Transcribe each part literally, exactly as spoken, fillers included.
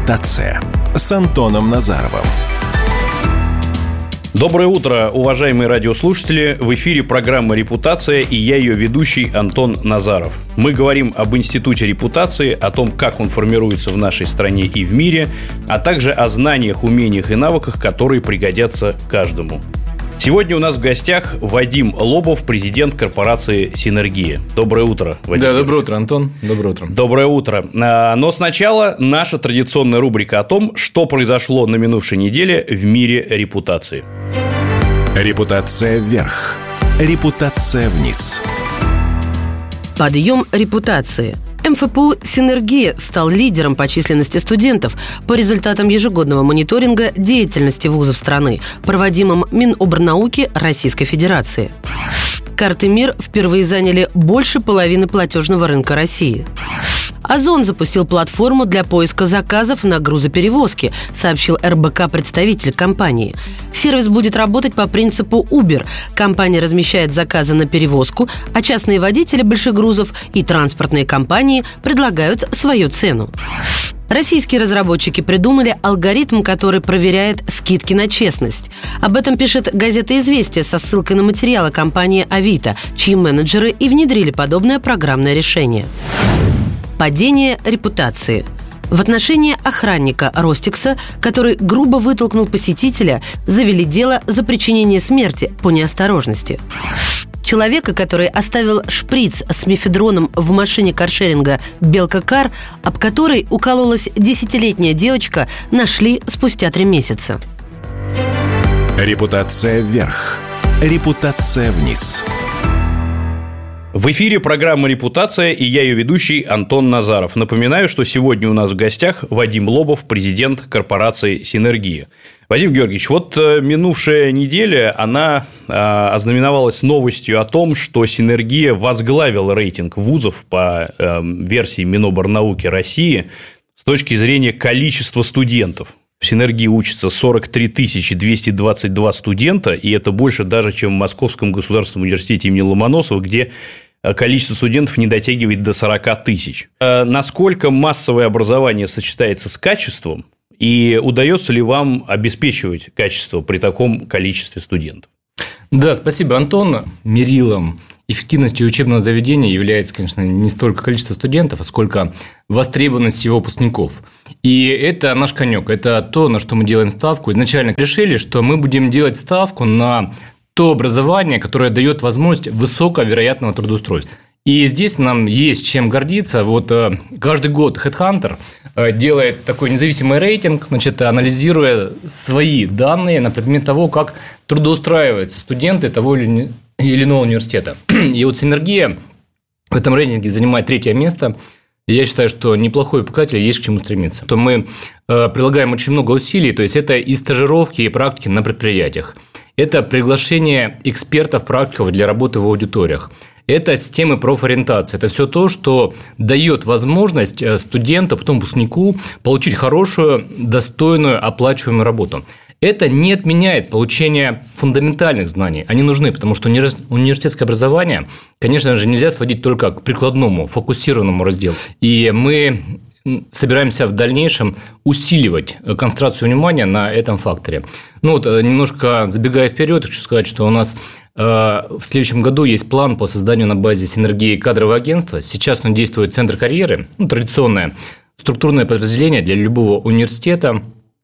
Репутация с Антоном Назаровым. Доброе утро, уважаемые радиослушатели. В эфире программа «Репутация» и я ее ведущий Антон Назаров. Мы говорим об институте репутации, о том, как он формируется в нашей стране и в мире, а также о знаниях, умениях и навыках, которые пригодятся каждому. Сегодня у нас в гостях Вадим Лобов, президент корпорации «Синергия». Доброе утро, Вадим. Да, доброе утро, Антон. Доброе утро. Доброе утро. Но сначала наша традиционная рубрика о том, что произошло на минувшей неделе в мире репутации. Репутация вверх. Репутация вниз. Подъем репутации. эм эф пэ у «Синергия» стал лидером по численности студентов по результатам ежегодного мониторинга деятельности вузов страны, проводимым Минобрнауки Российской Федерации. Карты МИР впервые заняли больше половины платежного рынка России. Озон запустил платформу для поиска заказов на грузоперевозки, сообщил эр бэ ка представитель компании. Сервис будет работать по принципу Uber. Компания размещает заказы на перевозку, а частные водители больших грузов и транспортные компании предлагают свою цену. Российские разработчики придумали алгоритм, который проверяет скидки на честность. Об этом пишет газета «Известия» со ссылкой на материалы компании «Авито», чьи менеджеры и внедрили подобное программное решение. Падение репутации. В отношении охранника Ростикса, который грубо вытолкнул посетителя, завели дело за причинение смерти по неосторожности. Человека, который оставил шприц с мефедроном в машине каршеринга «Белка Кар», об которой укололась десятилетняя девочка, нашли спустя три месяца. Репутация вверх. Репутация вниз. В эфире программа «Репутация» и я ее ведущий Антон Назаров. Напоминаю, что сегодня у нас в гостях Вадим Лобов, президент корпорации «Синергия». Вадим Георгиевич, вот минувшая неделя, она а, ознаменовалась новостью о том, что «Синергия» возглавила рейтинг вузов по а, версии Минобрнауки России с точки зрения количества студентов. В «Синергии» учатся сорок три тысячи двести двадцать два студента, и это больше даже, чем в Московском государственном университете имени Ломоносова, где количество студентов не дотягивает до сорок тысяч. Насколько массовое образование сочетается с качеством, и удается ли вам обеспечивать качество при таком количестве студентов? Да, спасибо, Антон. Мерилом эффективности учебного заведения является, конечно, не столько количество студентов, а сколько востребованность его выпускников. И это наш конек, это то, на что мы делаем ставку. Изначально решили, что мы будем делать ставку на то образование, которое дает возможность высоковероятного трудоустройства. И здесь нам есть чем гордиться. Вот каждый год HeadHunter делает такой независимый рейтинг, значит, анализируя свои данные на предмет того, как трудоустраиваются студенты того или иного университета. И вот «Синергия» в этом рейтинге занимает третье место. И я считаю, что неплохой показатель, есть к чему стремиться. То мы прилагаем очень много усилий, то есть это и стажировки, и практики на предприятиях. Это приглашение экспертов, практиков для работы в аудиториях. Это системы профориентации. Это все то, что дает возможность студенту, потом выпускнику получить хорошую, достойную, оплачиваемую работу. Это не отменяет получение фундаментальных знаний. Они нужны, потому что университетское образование, конечно же, нельзя сводить только к прикладному, фокусированному разделу. И мы собираемся в дальнейшем усиливать концентрацию внимания на этом факторе. Ну вот, немножко забегая вперед, хочу сказать, что у нас э, в следующем году есть план по созданию на базе «Синергии» кадрового агентства. Сейчас он действует центр карьеры, ну, традиционное структурное подразделение для любого университета.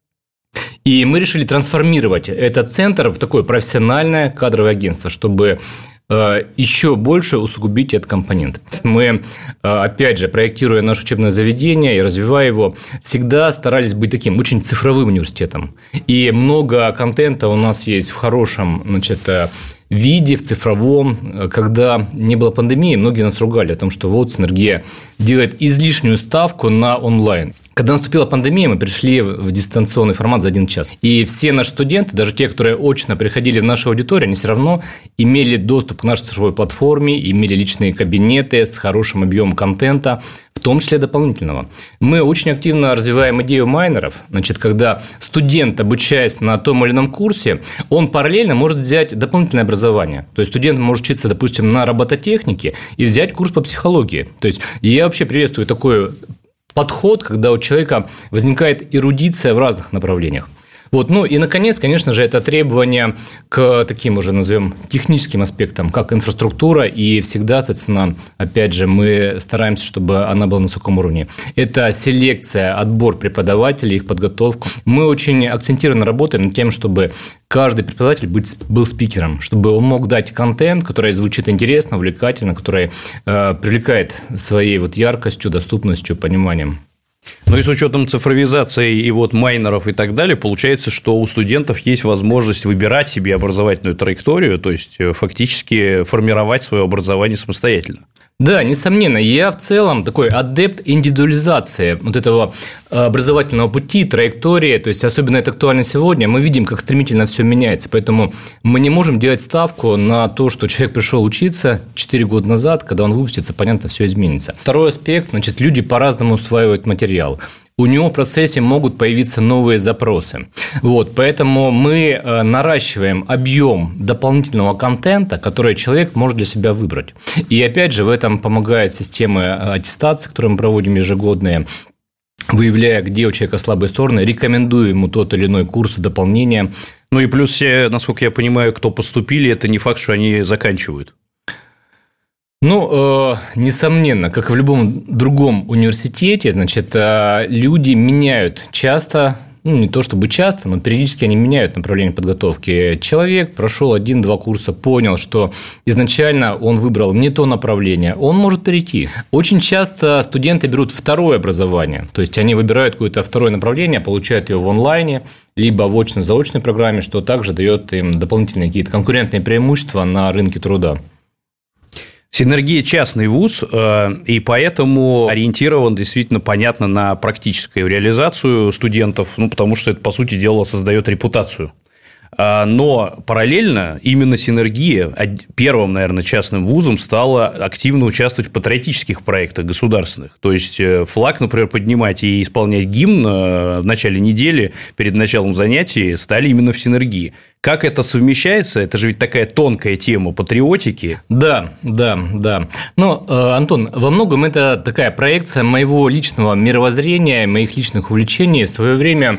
И мы решили трансформировать этот центр в такое профессиональное кадровое агентство, чтобы еще больше усугубить этот компонент. Мы, опять же, проектируя наше учебное заведение и развивая его, всегда старались быть таким очень цифровым университетом. И много контента у нас есть в хорошем, значит, виде, в цифровом. Когда не было пандемии, многие нас ругали о том, что вот «Синергия» делает излишнюю ставку на онлайн. Когда наступила пандемия, мы перешли в дистанционный формат за один час. И все наши студенты, даже те, которые очно приходили в нашу аудиторию, они все равно имели доступ к нашей цифровой платформе, имели личные кабинеты с хорошим объемом контента, в том числе дополнительного. Мы очень активно развиваем идею майнеров. Значит, когда студент, обучаясь на том или ином курсе, он параллельно может взять дополнительное образование. То есть студент может учиться, допустим, на робототехнике и взять курс по психологии. То есть я вообще приветствую такой подход, когда у человека возникает эрудиция в разных направлениях. Вот. Ну и, наконец, конечно же, это требования к таким уже, назовем, техническим аспектам, как инфраструктура, и всегда, соответственно, опять же, мы стараемся, чтобы она была на высоком уровне. Это селекция, отбор преподавателей, их подготовку. Мы очень акцентированно работаем над тем, чтобы каждый преподаватель был спикером, чтобы он мог дать контент, который звучит интересно, увлекательно, который э, привлекает своей вот яркостью, доступностью, пониманием. Ну и с учетом цифровизации и вот майнеров и так далее, получается, что у студентов есть возможность выбирать себе образовательную траекторию, то есть фактически формировать свое образование самостоятельно. Да, несомненно, я в целом такой адепт индивидуализации вот этого образовательного пути, траектории, то есть особенно это актуально сегодня, мы видим, как стремительно все меняется, поэтому мы не можем делать ставку на то, что человек пришел учиться четыре года назад, когда он выпустится, понятно, все изменится. Второй аспект, значит, люди по-разному усваивают материал. У него в процессе могут появиться новые запросы. Вот, поэтому мы наращиваем объем дополнительного контента, который человек может для себя выбрать. И опять же, в этом помогают системы аттестации, которые мы проводим ежегодные, выявляя, где у человека слабые стороны, рекомендуя ему тот или иной курс дополнения. Ну и плюс все, насколько я понимаю, кто поступили, это не факт, что они заканчивают. Ну, э, несомненно, как и в любом другом университете, значит, э, люди меняют часто, ну, не то чтобы часто, но периодически они меняют направление подготовки. Человек прошел один-два курса, понял, что изначально он выбрал не то направление, он может перейти. Очень часто студенты берут второе образование, то есть они выбирают какое-то второе направление, получают его в онлайне, либо в очно-заочной программе, что также дает им дополнительные какие-то конкурентные преимущества на рынке труда. Синергия – частный вуз, и поэтому ориентирован действительно, понятно, на практическую реализацию студентов, ну, потому что это, по сути дела, создает репутацию. Но параллельно именно Синергия первым, наверное, частным вузом стала активно участвовать в патриотических проектах государственных. То есть флаг, например, поднимать и исполнять гимн в начале недели перед началом занятий стали именно в Синергии. Как это совмещается? Это же ведь такая тонкая тема патриотики. Да, да, да. Но, Антон, во многом это такая проекция моего личного мировоззрения, моих личных увлечений. В свое время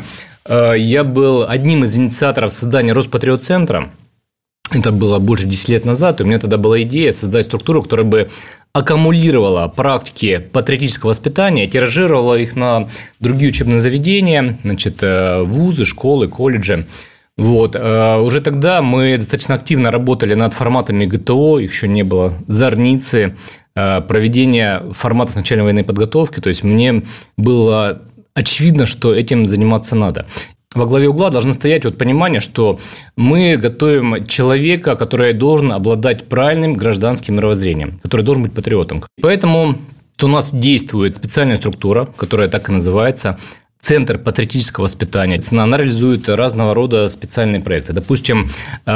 я был одним из инициаторов создания Роспатриот-центра. Это было больше десяти лет назад. И у меня тогда была идея создать структуру, которая бы аккумулировала практики патриотического воспитания, тиражировала их на другие учебные заведения, значит, вузы, школы, колледжи. Вот. Уже тогда мы достаточно активно работали над форматами ГТО, их еще не было, зорницы, проведения форматов начальной военной подготовки. То есть мне было очевидно, что этим заниматься надо. Во главе угла должно стоять вот понимание, что мы готовим человека, который должен обладать правильным гражданским мировоззрением, который должен быть патриотом. Поэтому у нас действует специальная структура, которая так и называется – Центр патриотического воспитания. Она реализует разного рода специальные проекты. Допустим,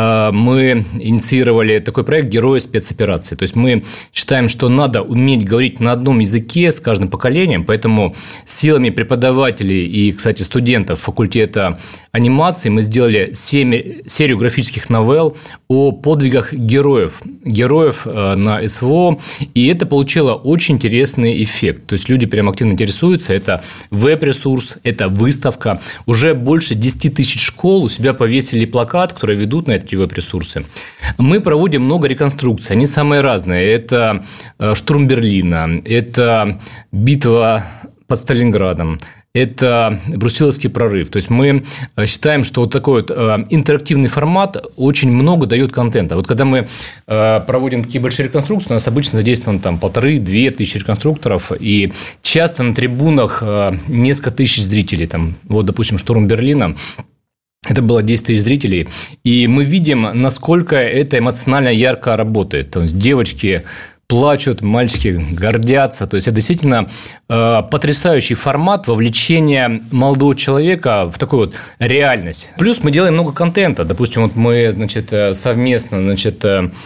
мы инициировали такой проект «Герои спецоперации». То есть, мы считаем, что надо уметь говорить на одном языке с каждым поколением, поэтому силами преподавателей и, кстати, студентов факультета анимации мы сделали серию графических новелл о подвигах героев, героев на СВО, и это получило очень интересный эффект. То есть, люди прям активно интересуются, это веб-ресурс, это выставка. Уже больше десять тысяч школ у себя повесили плакат, которые ведут на эти веб-ресурсы. Мы проводим много реконструкций. Они самые разные. Это штурм Берлина, это битва под Сталинградом, это Брусиловский прорыв. То есть, мы считаем, что вот такой вот интерактивный формат очень много дает контента. Вот когда мы проводим такие большие реконструкции, у нас обычно задействовано там полторы-две тысячи реконструкторов, и часто на трибунах несколько тысяч зрителей. Там, вот, допустим, штурм Берлина. Это было десять тысяч зрителей, и мы видим, насколько это эмоционально ярко работает. То есть, девочки плачут, мальчики гордятся. То есть, это действительно э, потрясающий формат вовлечения молодого человека в такую вот реальность. Плюс мы делаем много контента. Допустим, вот мы, значит, совместно, значит,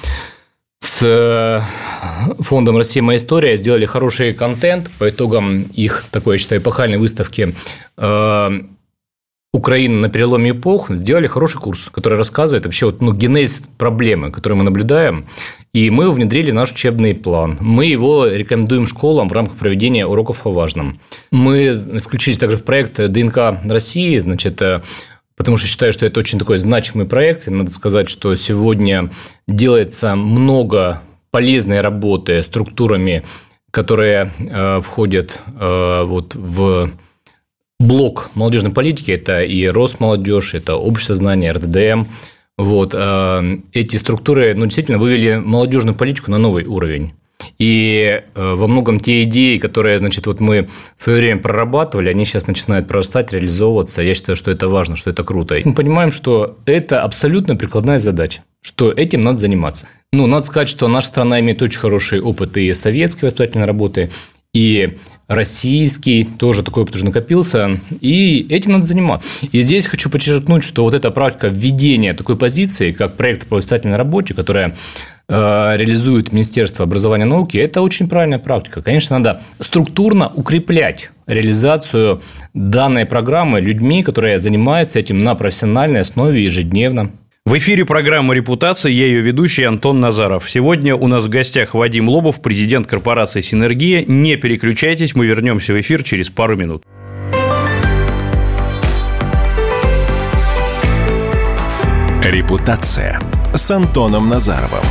с фондом «Россия. Моя история» сделали хороший контент по итогам их такой, я считаю, эпохальной выставки Украина на переломе эпох сделали хороший курс, который рассказывает вообще вот, ну, генез проблемы, которую мы наблюдаем, и мы внедрили наш учебный план. Мы его рекомендуем школам в рамках проведения уроков о важном. Мы включились также в проект ДНК России, значит, потому что считаю, что это очень такой значимый проект. И надо сказать, что сегодня делается много полезной работы структурами, которые э, входят э, вот в блок молодежной политики. Это и Росмолодежь, это Общество знания, эр дэ дэ эм. Вот. Эти структуры ну, действительно вывели молодежную политику на новый уровень. И во многом те идеи, которые значит, вот мы в свое время прорабатывали, они сейчас начинают прорастать, реализовываться. Я считаю, что это важно, что это круто. И мы понимаем, что это абсолютно прикладная задача, что этим надо заниматься. Ну, надо сказать, что наша страна имеет очень хороший опыт и советской воспитательной работы, и российский, тоже такой опыт уже накопился, и этим надо заниматься. И здесь хочу подчеркнуть, что вот эта практика введения такой позиции, как проект по воспитательной работе, которая э, реализует Министерство образования и науки, это очень правильная практика. Конечно, надо структурно укреплять реализацию данной программы людьми, которые занимаются этим на профессиональной основе ежедневно. В эфире программа «Репутация», я ее ведущий Антон Назаров. Сегодня у нас в гостях Вадим Лобов, президент корпорации «Синергия». Не переключайтесь, мы вернемся в эфир через пару минут. «Репутация» с Антоном Назаровым.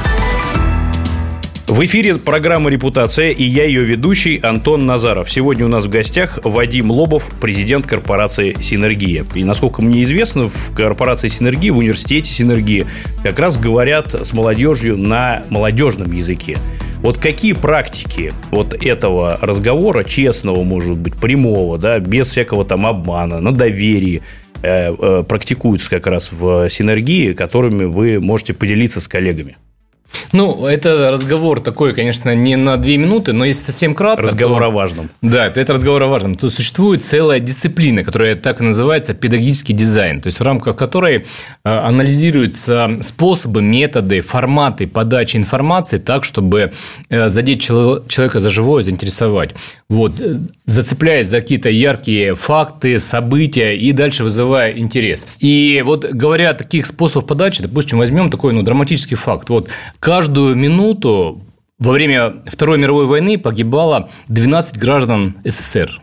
В эфире программа «Репутация» и я ее ведущий Антон Назаров. Сегодня у нас в гостях Вадим Лобов, президент корпорации «Синергия». И, насколько мне известно, в корпорации «Синергия», в университете «Синергия» как раз говорят с молодежью на молодежном языке. Вот какие практики вот этого разговора, честного, может быть, прямого, да, без всякого там обмана, на доверии, э, э, практикуются как раз в «Синергии», которыми вы можете поделиться с коллегами? Ну, это разговор такой, конечно, не на две минуты, но если совсем кратко... Разговор то... о важном. Да, это разговор о важном. Тут существует целая дисциплина, которая так и называется педагогический дизайн, то есть в рамках которой анализируются способы, методы, форматы подачи информации так, чтобы задеть человека за живое, заинтересовать. Вот, зацепляясь за какие-то яркие факты, события и дальше вызывая интерес. И вот говоря о таких способах подачи, допустим, возьмем такой ну, драматический факт. Вот каждую минуту во время Второй мировой войны погибало двенадцать граждан эс эс эс эр.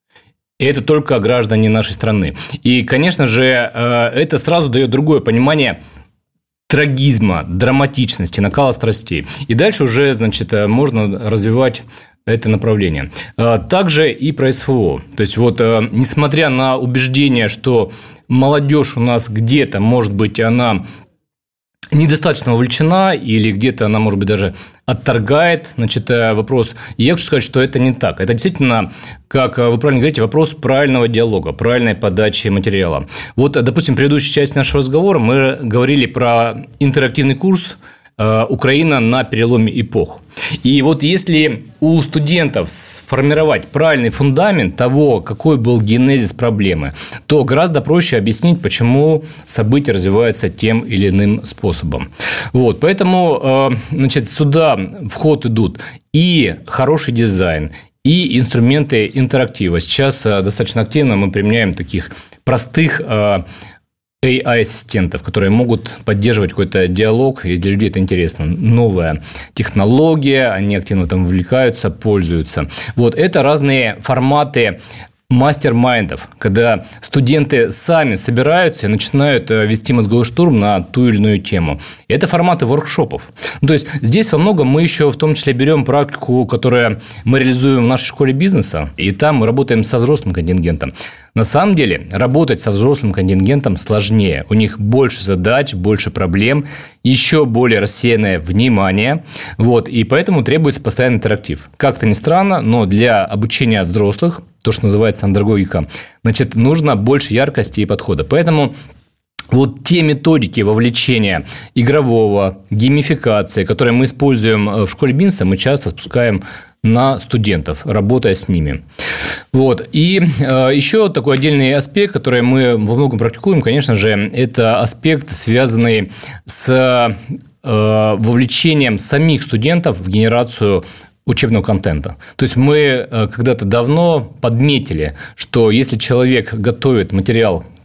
И это только граждане нашей страны. И, конечно же, это сразу дает другое понимание трагизма, драматичности, накала страстей. И дальше уже, значит, можно развивать это направление. Также и про эс эф о. То есть, вот, несмотря на убеждение, что молодежь у нас где-то, может быть, она недостаточно вовлечена или где-то она, может быть, даже отторгает, значит, вопрос. И я хочу сказать, что это не так. Это действительно, как вы правильно говорите, вопрос правильного диалога, правильной подачи материала. Вот, допустим, в предыдущей части нашего разговора мы говорили про интерактивный курс «Украина на переломе эпох». И вот если у студентов сформировать правильный фундамент того, какой был генезис проблемы, то гораздо проще объяснить, почему события развиваются тем или иным способом. Вот, поэтому значит, сюда в ход идут и хороший дизайн, и инструменты интерактива. Сейчас достаточно активно мы применяем таких простых эй ай-ассистентов, которые могут поддерживать какой-то диалог, и для людей это интересно. Новая технология, они активно там вовлекаются, пользуются. Вот это разные форматы мастер-майндов, когда студенты сами собираются и начинают вести мозговой штурм на ту или иную тему. Это форматы воркшопов. Ну, то есть, здесь во многом мы еще в том числе берем практику, которую мы реализуем в нашей школе бизнеса, и там мы работаем со взрослым контингентом. На самом деле, работать со взрослым контингентом сложнее. У них больше задач, больше проблем, еще более рассеянное внимание. Вот, и поэтому требуется постоянный интерактив. Как-то ни странно, но для обучения взрослых, то, что называется андрогогика, значит, нужно больше яркости и подхода. Поэтому вот те методики вовлечения игрового, геймификации, которые мы используем в школе бизнеса, мы часто спускаем на студентов, работая с ними. Вот. И э, еще такой отдельный аспект, который мы во многом практикуем, конечно же, это аспект, связанный с э, вовлечением самих студентов в генерацию учебного контента. То есть, мы когда-то давно подметили, что если человек готовит материал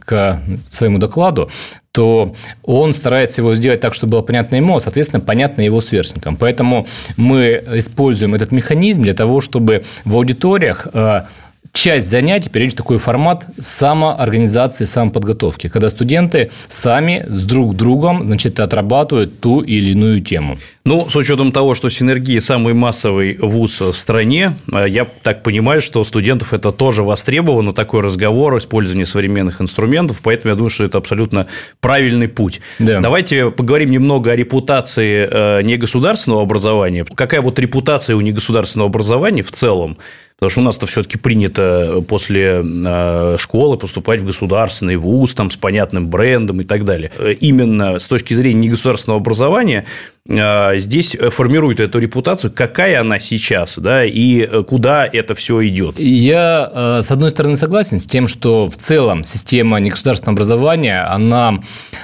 к своему докладу, то он старается его сделать так, чтобы было понятно ему, а, соответственно, понятно его сверстникам. Поэтому мы используем этот механизм для того, чтобы в аудиториях часть занятий перейти в такой формат самоорганизации, самоподготовки, когда студенты сами с друг другом, значит, отрабатывают ту или иную тему. Ну, с учетом того, что Синергия самый массовый вуз в стране, я так понимаю, что у студентов это тоже востребовано, такой разговор, использование современных инструментов, поэтому я думаю, что это абсолютно правильный путь. Да. Давайте поговорим немного о репутации негосударственного образования. Какая вот репутация у негосударственного образования в целом? Потому что у нас-то все-таки принято после школы поступать в государственный вуз там, с понятным брендом и так далее. Именно с точки зрения негосударственного образования здесь формирует эту репутацию, какая она сейчас, да, и куда это все идет. Я, с одной стороны, согласен с тем, что в целом система негосударственного образования, она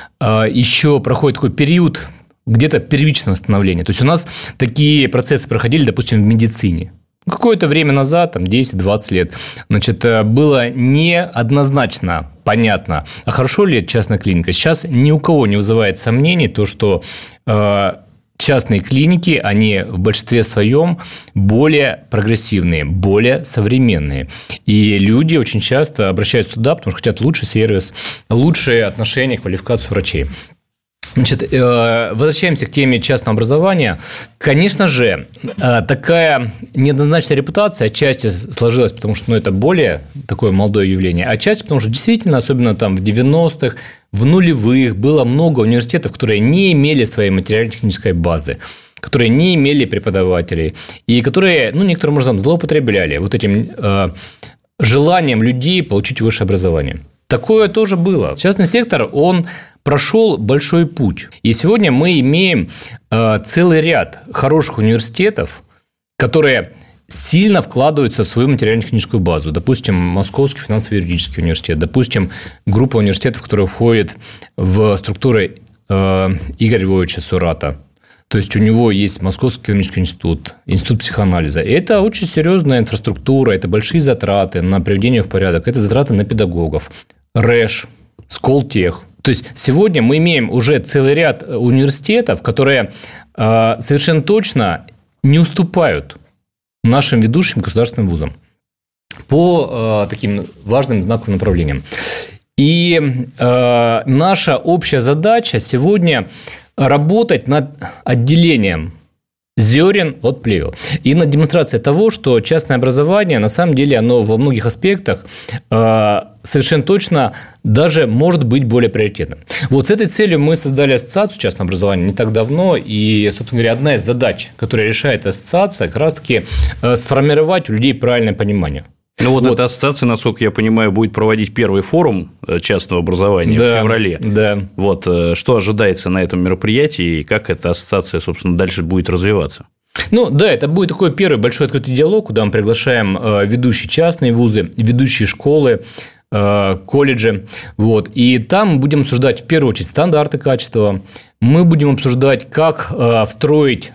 еще проходит такой период где-то первичного становления. То есть у нас такие процессы проходили, допустим, в медицине. Какое-то время назад, там десять-двадцать лет, значит, было неоднозначно понятно, а хорошо ли частная клиника. Сейчас ни у кого не вызывает сомнений то, что э, частные клиники, они в большинстве своем более прогрессивные, более современные. И люди очень часто обращаются туда, потому что хотят лучший сервис, лучшие отношения, квалификацию врачей. Значит, возвращаемся к теме частного образования. Конечно же, такая неоднозначная репутация отчасти сложилась, потому что ну, это более такое молодое явление, отчасти потому что действительно, особенно там в девяностых, в нулевых было много университетов, которые не имели своей материально-технической базы, которые не имели преподавателей и которые, ну, некоторым образом злоупотребляли вот этим э, желанием людей получить высшее образование. Такое тоже было. Частный сектор, он прошел большой путь. И сегодня мы имеем э, целый ряд хороших университетов, которые сильно вкладываются в свою материально-техническую базу. Допустим, Московский финансово-юридический университет, допустим, группа университетов, которая входит в структуры э, Игоря Львовича Сурата. То есть у него есть Московский экономический институт, институт психоанализа. И это очень серьезная инфраструктура, это большие затраты на приведение в порядок, это затраты на педагогов. РЭШ, Сколтех. То есть сегодня мы имеем уже целый ряд университетов, которые э, совершенно точно не уступают нашим ведущим государственным вузам по э, таким важным знаковым направлениям. И э, наша общая задача сегодня работать над отделением зерен от плевел. И над демонстрацией того, что частное образование, на самом деле, оно во многих аспектах э, совершенно точно даже может быть более приоритетным. Вот с этой целью мы создали ассоциацию частного образования не так давно. И, собственно говоря, одна из задач, которую решает ассоциация, как раз-таки э, сформировать у людей правильное понимание. Ну, вот, вот эта ассоциация, насколько я понимаю, будет проводить первый форум частного образования да, в феврале. Да. Вот, что ожидается на этом мероприятии и как эта ассоциация, собственно, дальше будет развиваться? Ну, да, это будет такой первый большой открытый диалог, куда мы приглашаем ведущие частные вузы, ведущие школы, колледжи. Вот. И там мы будем обсуждать, в первую очередь, стандарты качества. Мы будем обсуждать, как встроить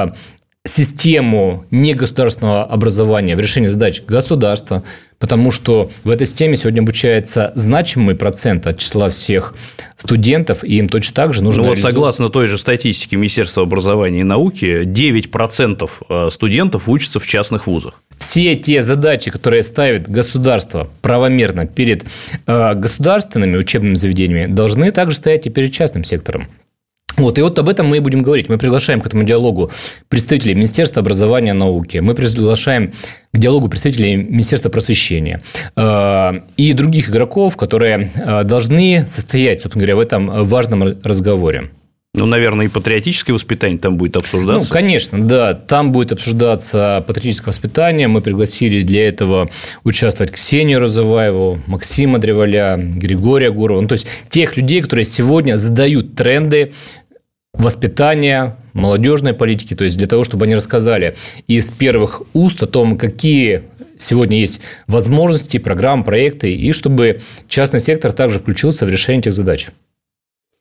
систему негосударственного образования в решении задач государства, потому что в этой системе сегодня обучается значимый процент от числа всех студентов, и им точно так же нужно... Ну, вот согласно той же статистике Министерства образования и науки, девять процентов студентов учатся в частных вузах. Все те задачи, которые ставит государство правомерно перед государственными учебными заведениями, должны также стоять и перед частным сектором. Вот, и вот об этом мы и будем говорить. Мы приглашаем к этому диалогу представителей Министерства образования и науки, мы приглашаем к диалогу представителей Министерства просвещения э, и других игроков, которые э, должны состоять, собственно говоря, в этом важном разговоре. Ну, наверное, и патриотическое воспитание там будет обсуждаться. Ну, конечно, да. Там будет обсуждаться патриотическое воспитание. Мы пригласили для этого участвовать Ксению Разуваеву, Максима Древоля, Григория Гурова. Ну, то есть, тех людей, которые сегодня задают тренды воспитания, молодежной политики, то есть для того, чтобы они рассказали из первых уст о том, какие сегодня есть возможности, программы, проекты, и чтобы частный сектор также включился в решение этих задач.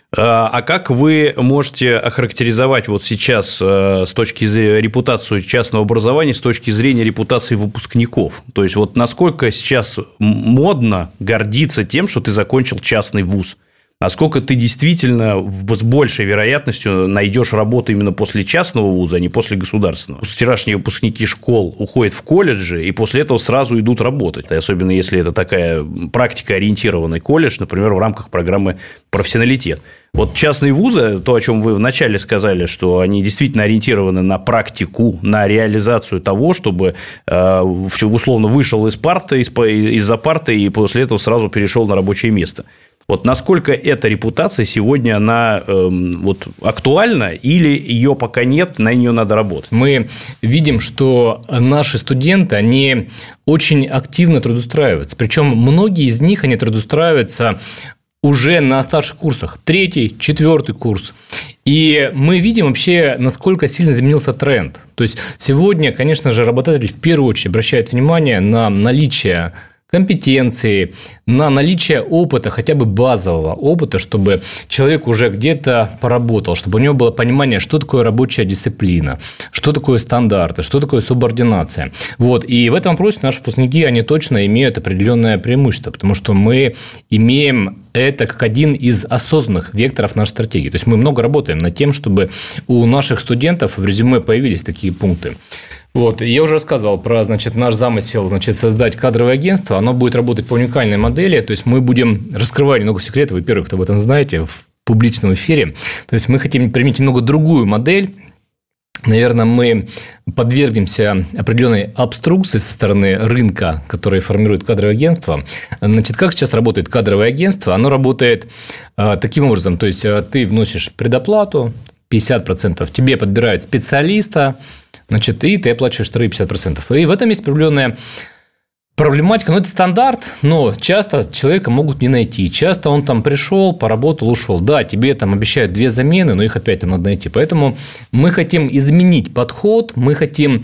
А как вы можете охарактеризовать вот сейчас с точки зрения репутацию частного образования, с точки зрения репутации выпускников? То есть, вот насколько сейчас модно гордиться тем, что ты закончил частный вуз? Насколько ты действительно с большей вероятностью найдешь работу именно после частного вуза, а не после государственного? Вчерашние выпускники школ уходят в колледжи и после этого сразу идут работать. Особенно если это такая практикоориентированный колледж, например, в рамках программы «Профессионалитет». Вот частные вузы, то, о чем вы вначале сказали, что они действительно ориентированы на практику, на реализацию того, чтобы э, условно вышел из парты, из, из-за парты и после этого сразу перешел на рабочее место. Вот насколько эта репутация сегодня, она э, вот, актуальна или ее пока нет, на нее надо работать? Мы видим, что наши студенты, они очень активно трудоустраиваются. Причем многие из них, они трудоустраиваются уже на старших курсах, третий, четвертый курс. И мы видим вообще, насколько сильно изменился тренд. То есть, сегодня, конечно же, работодатель в первую очередь обращает внимание на наличие компетенции, на наличие опыта, хотя бы базового опыта, чтобы человек уже где-то поработал, чтобы у него было понимание, что такое рабочая дисциплина, что такое стандарты, что такое субординация. Вот. И в этом вопросе наши выпускники, они точно имеют определенное преимущество, потому что мы имеем это как один из осознанных векторов нашей стратегии. То есть, мы много работаем над тем, чтобы у наших студентов в резюме появились такие пункты. Вот. Я уже рассказывал про, значит, наш замысел, значит, создать кадровое агентство. Оно будет работать по уникальной модели. То есть, мы будем раскрывать много секретов. Вы первых, кто об этом знаете, в публичном эфире. То есть, мы хотим применить немного другую модель. Наверное, мы подвергнемся определенной обструкции со стороны рынка, который формирует кадровое агентство. Значит, как сейчас работает кадровое агентство? Оно работает а, таким образом. То есть, ты вносишь предоплату пятьдесят процентов, тебе подбирают специалиста, значит, и ты оплачиваешь вторые пятьдесят процентов. И в этом есть определенная проблематика. Ну, это стандарт, но часто человека могут не найти. Часто он там пришел, поработал, ушел. Да, тебе там обещают две замены, но их опять там надо найти. Поэтому мы хотим изменить подход, мы хотим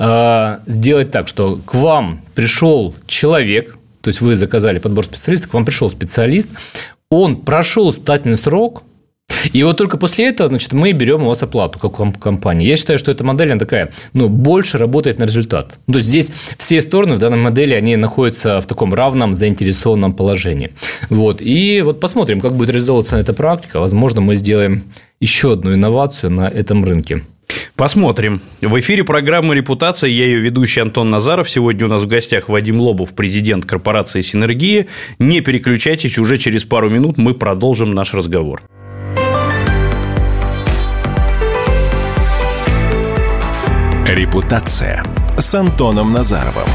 э, сделать так, что к вам пришел человек, то есть, вы заказали подбор специалистов, к вам пришел специалист, он прошел испытательный срок, и вот только после этого, значит, мы берем у вас оплату, как компания. Я считаю, что эта модель, она такая, ну, больше работает на результат. То есть, здесь все стороны в данной модели, они находятся в таком равном заинтересованном положении. Вот. И вот посмотрим, как будет реализовываться эта практика. Возможно, мы сделаем еще одну инновацию на этом рынке. Посмотрим. В эфире программы «Репутация». Я ее ведущий Антон Назаров. Сегодня у нас в гостях Вадим Лобов, президент корпорации «Синергия». Не переключайтесь, уже через пару минут мы продолжим наш разговор. Репутация с Антоном Назаровым.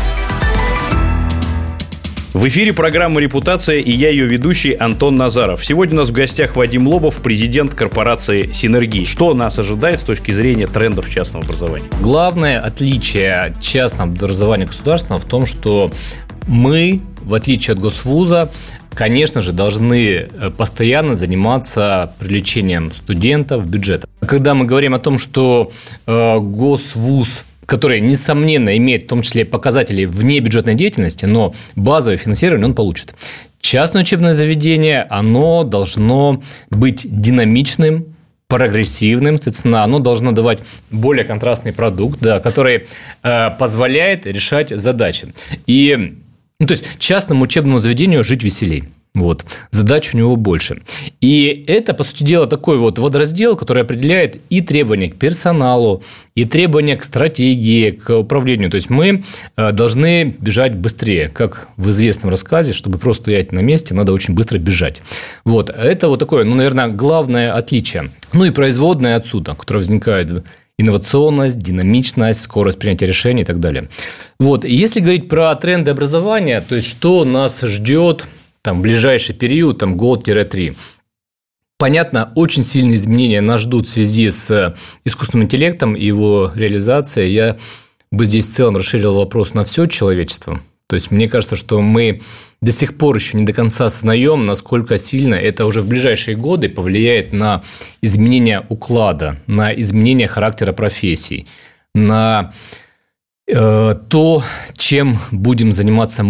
В эфире программа «Репутация» и я ее ведущий Антон Назаров. Сегодня у нас в гостях Вадим Лобов, президент корпорации «Синергия». Что нас ожидает с точки зрения трендов частного образования? Главное отличие частного образования государственного в том, что мы, в отличие от госвуза, конечно же, должны постоянно заниматься привлечением студентов в бюджет. Когда мы говорим о том, что э, госвуз, который, несомненно, имеет в том числе показатели вне бюджетной деятельности, но базовое финансирование он получит. Частное учебное заведение, оно должно быть динамичным, прогрессивным, соответственно, оно должно давать более контрастный продукт, да, который э, позволяет решать задачи. И, ну, то есть, частному учебному заведению жить веселей. Вот. Задач у него больше. И это, по сути дела, такой вот водораздел, который определяет и требования к персоналу, и требования к стратегии, к управлению. То есть, мы должны бежать быстрее. Как в известном рассказе, чтобы просто стоять на месте, надо очень быстро бежать. Вот. Это вот такое, ну, наверное, главное отличие. Ну, и производное отсюда, которое возникает: инновационность, динамичность, скорость принятия решений и так далее. Вот. И если говорить про тренды образования, то есть, что нас ждет там, в ближайший период, там, год-три. Понятно, очень сильные изменения нас ждут в связи с искусственным интеллектом и его реализацией. Я бы здесь в целом расширил вопрос на все человечество. То есть, мне кажется, что мы до сих пор еще не до конца осознаем, насколько сильно это уже в ближайшие годы повлияет на изменение уклада, на изменение характера профессий, на то, чем будем заниматься мы,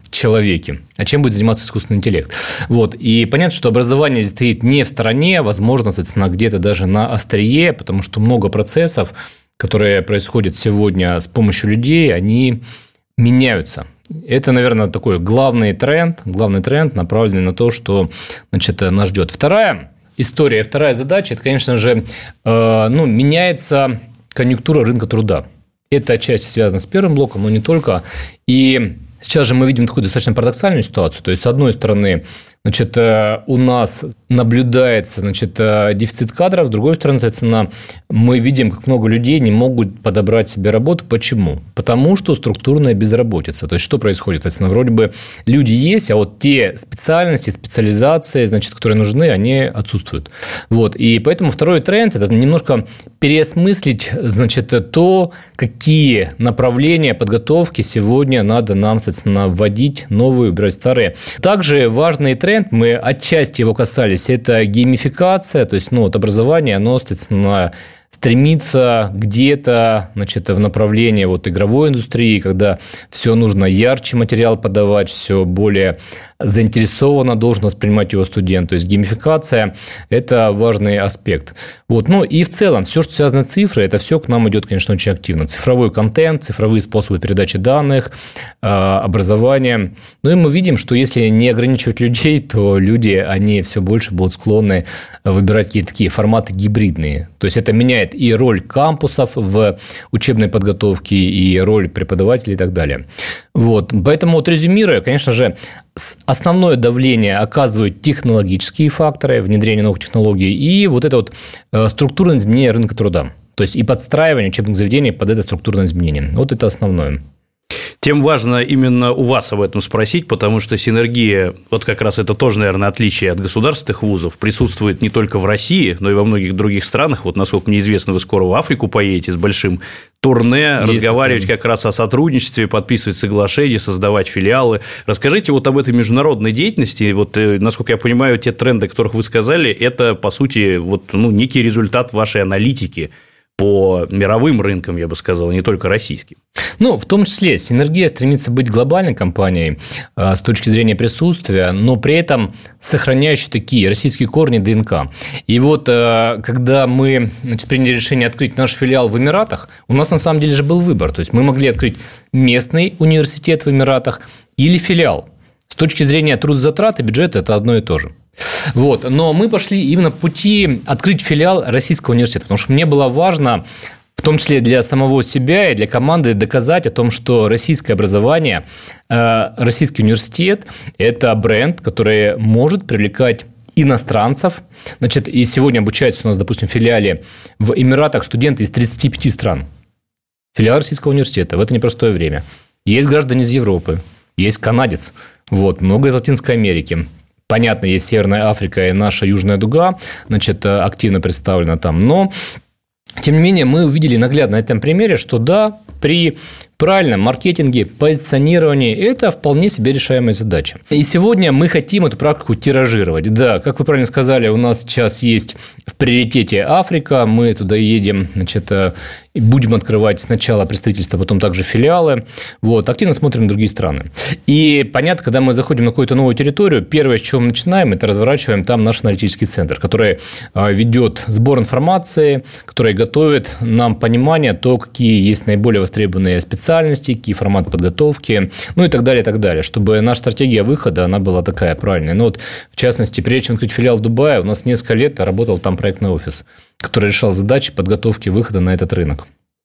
в человеке, а чем будет заниматься искусственный интеллект. Вот. И понятно, что образование стоит не в стороне, возможно, соответственно, где-то даже на острие, потому что много процессов, которые происходят сегодня с помощью людей, они меняются. Это, наверное, такой главный тренд, главный тренд, направленный на то, что, значит, нас ждет. Вторая история, вторая задача – это, конечно же, э, ну, меняется конъюнктура рынка труда. Это отчасти связано с первым блоком, но не только. И сейчас же мы видим такую достаточно парадоксальную ситуацию. То есть, с одной стороны, значит, у нас наблюдается, значит, дефицит кадров, с другой стороны, соответственно, мы видим, как много людей не могут подобрать себе работу. Почему? Потому что структурная безработица. То есть, что происходит? Соответственно, вроде бы люди есть, а вот те специальности, специализации, значит, которые нужны, они отсутствуют. Вот. И поэтому второй тренд – это немножко переосмыслить, значит, то, какие направления подготовки сегодня надо нам, соответственно, вводить, новые, убирать старые. Также важный тренд, мы отчасти его касались, это геймификация, то есть, ну, вот образование, оно, соответственно, стремится где-то, значит, в направлении вот игровой индустрии, когда все нужно ярче материал подавать, все более заинтересованно должен воспринимать его студент. То есть, геймификация – это важный аспект. Вот. Ну, и в целом, все, что связано с цифрой, это все к нам идет, конечно, очень активно. Цифровой контент, цифровые способы передачи данных, образование. Ну, и мы видим, что если не ограничивать людей, то люди, они все больше будут склонны выбирать какие-то такие форматы гибридные. То есть, это меняет и роль кампусов в учебной подготовке, и роль преподавателей и так далее. Вот. Поэтому, вот, резюмируя, конечно же, основное давление оказывают технологические факторы, внедрение новых технологий, и вот это вот структурное изменение рынка труда. То есть, и подстраивание учебных заведений под это структурное изменение. Вот это основное. Тем важно именно у вас об этом спросить, потому что синергия, вот как раз это тоже, наверное, отличие от государственных вузов, присутствует не только в России, но и во многих других странах. Вот, насколько мне известно, вы скоро в Африку поедете с большим турне, есть разговаривать такое. Как раз о сотрудничестве, подписывать соглашения, создавать филиалы. Расскажите вот об этой международной деятельности. Вот, насколько я понимаю, те тренды, о которых вы сказали, это, по сути, вот, ну, некий результат вашей аналитики по мировым рынкам, я бы сказал, не только российским. Ну, в том числе, Синергия стремится быть глобальной компанией э, с точки зрения присутствия, но при этом сохраняющей такие российские корни ДНК. И вот, э, когда мы, значит, приняли решение открыть наш филиал в Эмиратах, у нас на самом деле же был выбор. То есть, мы могли открыть местный университет в Эмиратах или филиал. С точки зрения трудозатрат и бюджета это одно и то же. Вот. Но мы пошли именно по пути открыть филиал Российского университета, потому что мне было важно, в том числе для самого себя и для команды, доказать о том, что российское образование, российский университет – это бренд, который может привлекать иностранцев. Значит, и сегодня обучаются у нас, допустим, в филиале в Эмиратах студенты из тридцати пяти стран. Филиал Российского университета в это непростое время. Есть граждане из Европы, есть канадец, вот, много из Латинской Америки. Понятно, есть Северная Африка и наша Южная Дуга, значит, активно представлена там. Но, тем не менее, мы увидели наглядно на этом примере, что да, при правильном маркетинге, позиционировании – это вполне себе решаемая задача. И сегодня мы хотим эту практику тиражировать. Да, как вы правильно сказали, у нас сейчас есть в приоритете Африка, мы туда едем, значит, будем открывать сначала представительства, потом также филиалы. Вот, активно смотрим на другие страны. И понятно, когда мы заходим на какую-то новую территорию, первое, с чего мы начинаем, это разворачиваем там наш аналитический центр, который ведет сбор информации, который готовит нам понимание то, какие есть наиболее востребованные специальности, какие форматы подготовки, ну и так далее, и так далее, чтобы наша стратегия выхода, она была такая правильная. Ну вот, в частности, прежде чем открыть филиал в Дубае, у нас несколько лет работал там проектный офис, который решал задачи подготовки выхода на этот рынок.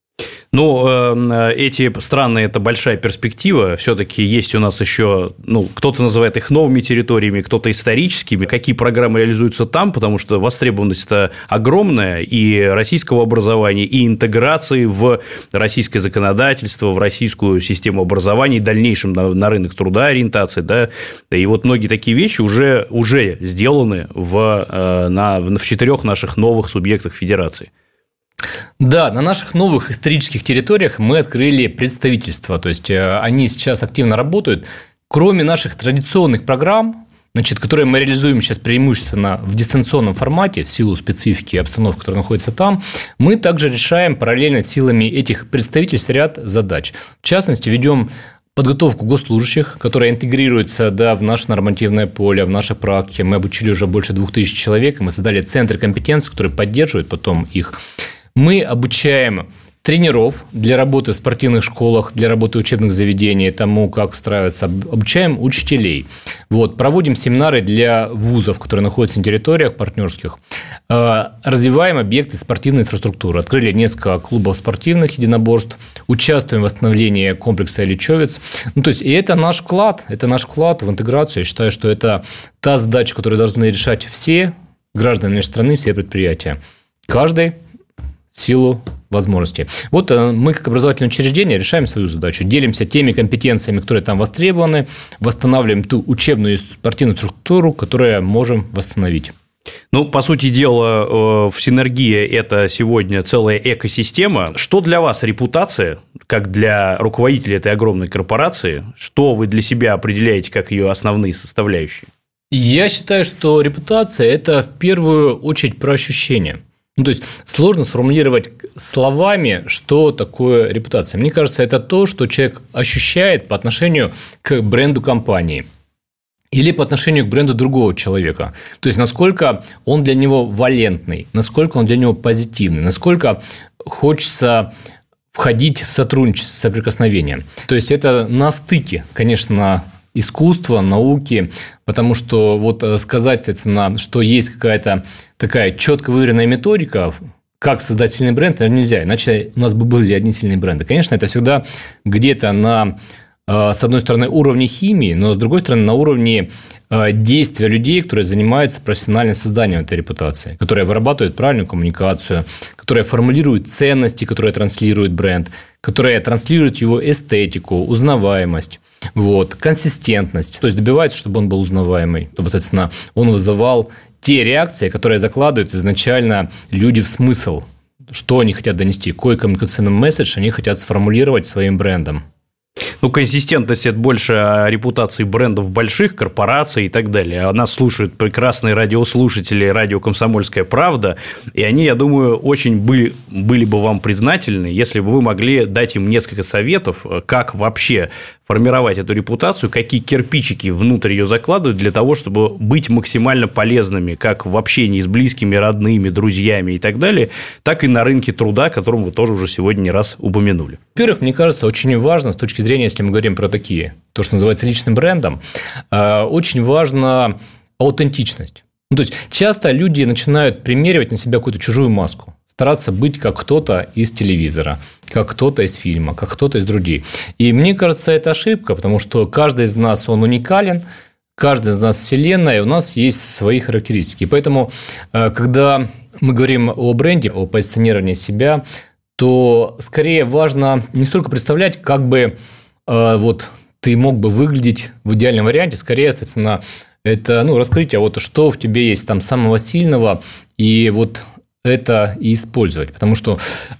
Ну, эти страны – это большая перспектива. Все-таки есть у нас еще, ну, кто-то называет их новыми территориями, кто-то историческими. Какие программы реализуются там, потому что востребованность-то огромная и российского образования, и интеграции в российское законодательство, в российскую систему образования, и дальнейшем на, на рынок труда ориентации. Да? И вот многие такие вещи уже, уже сделаны в, на, в четырех наших новых субъектах федерации. Да, на наших новых исторических территориях мы открыли представительства, то есть они сейчас активно работают. Кроме наших традиционных программ, значит, которые мы реализуем сейчас преимущественно в дистанционном формате, в силу специфики и обстановки, которая находится там, мы также решаем параллельно с силами этих представительств ряд задач. В частности, ведем подготовку госслужащих, которая интегрируется, да, в наше нормативное поле, в нашей практике. Мы обучили уже больше двух тысяч человек, мы создали центры компетенции, которые поддерживают потом их. Мы обучаем тренеров для работы в спортивных школах, для работы в учебных заведениях, тому, как встраиваться. Обучаем учителей. Вот. Проводим семинары для вузов, которые находятся на территориях партнерских. Развиваем объекты спортивной инфраструктуры. Открыли несколько клубов спортивных единоборств. Участвуем в восстановлении комплекса Ильичевец. Ну, то есть, и это наш вклад. Это наш вклад в интеграцию. Я считаю, что это та задача, которую должны решать все граждане нашей страны, все предприятия. Каждый в силу возможностей. Вот мы, как образовательное учреждение, решаем свою задачу, делимся теми компетенциями, которые там востребованы, восстанавливаем ту учебную и спортивную структуру, которую можем восстановить. Ну, по сути дела, в Синергии это сегодня целая экосистема. Что для вас репутация, как для руководителя этой огромной корпорации? Что вы для себя определяете как ее основные составляющие? Я считаю, что репутация – это в первую очередь про ощущения. Ну, то есть, сложно сформулировать словами, что такое репутация. Мне кажется, это то, что человек ощущает по отношению к бренду компании или по отношению к бренду другого человека. То есть, насколько он для него валентный, насколько он для него позитивный, насколько хочется входить в сотрудничество, соприкосновение. То есть, это на стыке, конечно, искусства, науки, потому что вот сказать, соответственно, что есть какая-то такая четко выверенная методика, как создать сильный бренд, наверное, нельзя, иначе у нас бы были одни сильные бренды. Конечно, это всегда где-то на, с одной стороны, уровне химии, но с другой стороны, на уровне действия людей, которые занимаются профессиональным созданием этой репутации, которые вырабатывают правильную коммуникацию, которые формулируют ценности, которые транслирует бренд, которые транслируют его эстетику, узнаваемость, вот, консистентность, то есть добиваются, чтобы он был узнаваемый, чтобы, соответственно, он вызывал те реакции, которые закладывают изначально люди в смысл, что они хотят донести, какой коммуникационный месседж они хотят сформулировать своим брендом. Ну, консистентность – это больше о репутации брендов больших корпораций и так далее. Нас слушают прекрасные радиослушатели радио «Комсомольская правда», и они, я думаю, очень были, были бы вам признательны, если бы вы могли дать им несколько советов, как вообще формировать эту репутацию, какие кирпичики внутрь ее закладывать для того, чтобы быть максимально полезными как в общении с близкими, родными, друзьями и так далее, так и на рынке труда, о котором вы тоже уже сегодня не раз упомянули. Во-первых, мне кажется, очень важно с точки зрения, если мы говорим про такие, то, что называется личным брендом, очень важна аутентичность. Ну, то есть, часто люди начинают примеривать на себя какую-то чужую маску, стараться быть как кто-то из телевизора, как кто-то из фильма, как кто-то из других. И мне кажется, это ошибка, потому что каждый из нас, он уникален, каждый из нас вселенная, и у нас есть свои характеристики. Поэтому, когда мы говорим о бренде, о позиционировании себя, то скорее важно не столько представлять, как бы вот ты мог бы выглядеть в идеальном варианте, скорее, соответственно, это ну, раскрытие, вот что в тебе есть там самого сильного, и вот это и использовать. Потому что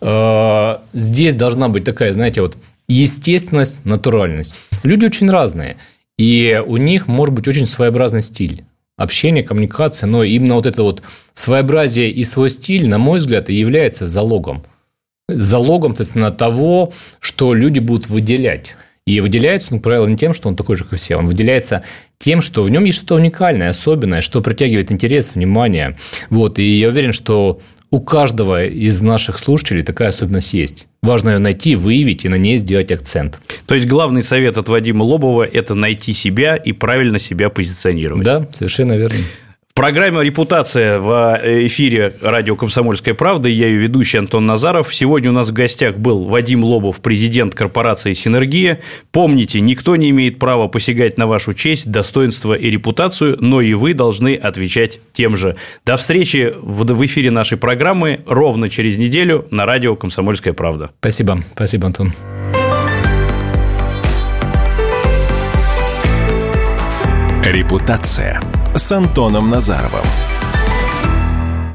э, здесь должна быть такая, знаете, вот естественность, натуральность. Люди очень разные, и у них может быть очень своеобразный стиль общения, коммуникации, но именно вот это вот своеобразие и свой стиль, на мой взгляд, и является залогом. Залогом, соответственно, того, что люди будут выделять. И выделяется, ну, правило, не тем, что он такой же, как все. Он выделяется тем, что в нем есть что-то уникальное, особенное, что притягивает интерес, внимание. Вот. И я уверен, что у каждого из наших слушателей такая особенность есть. Важно ее найти, выявить и на ней сделать акцент. То есть, главный совет от Вадима Лобова – это найти себя и правильно себя позиционировать. Да, совершенно верно. Программа «Репутация» в эфире радио «Комсомольская правда». Я ее ведущий Антон Назаров. Сегодня у нас в гостях был Вадим Лобов, президент корпорации «Синергия». Помните, никто не имеет права посягать на вашу честь, достоинство и репутацию, но и вы должны отвечать тем же. До встречи в эфире нашей программы ровно через неделю на радио «Комсомольская правда». Спасибо. Спасибо, Антон. Репутация с Антоном Назаровым.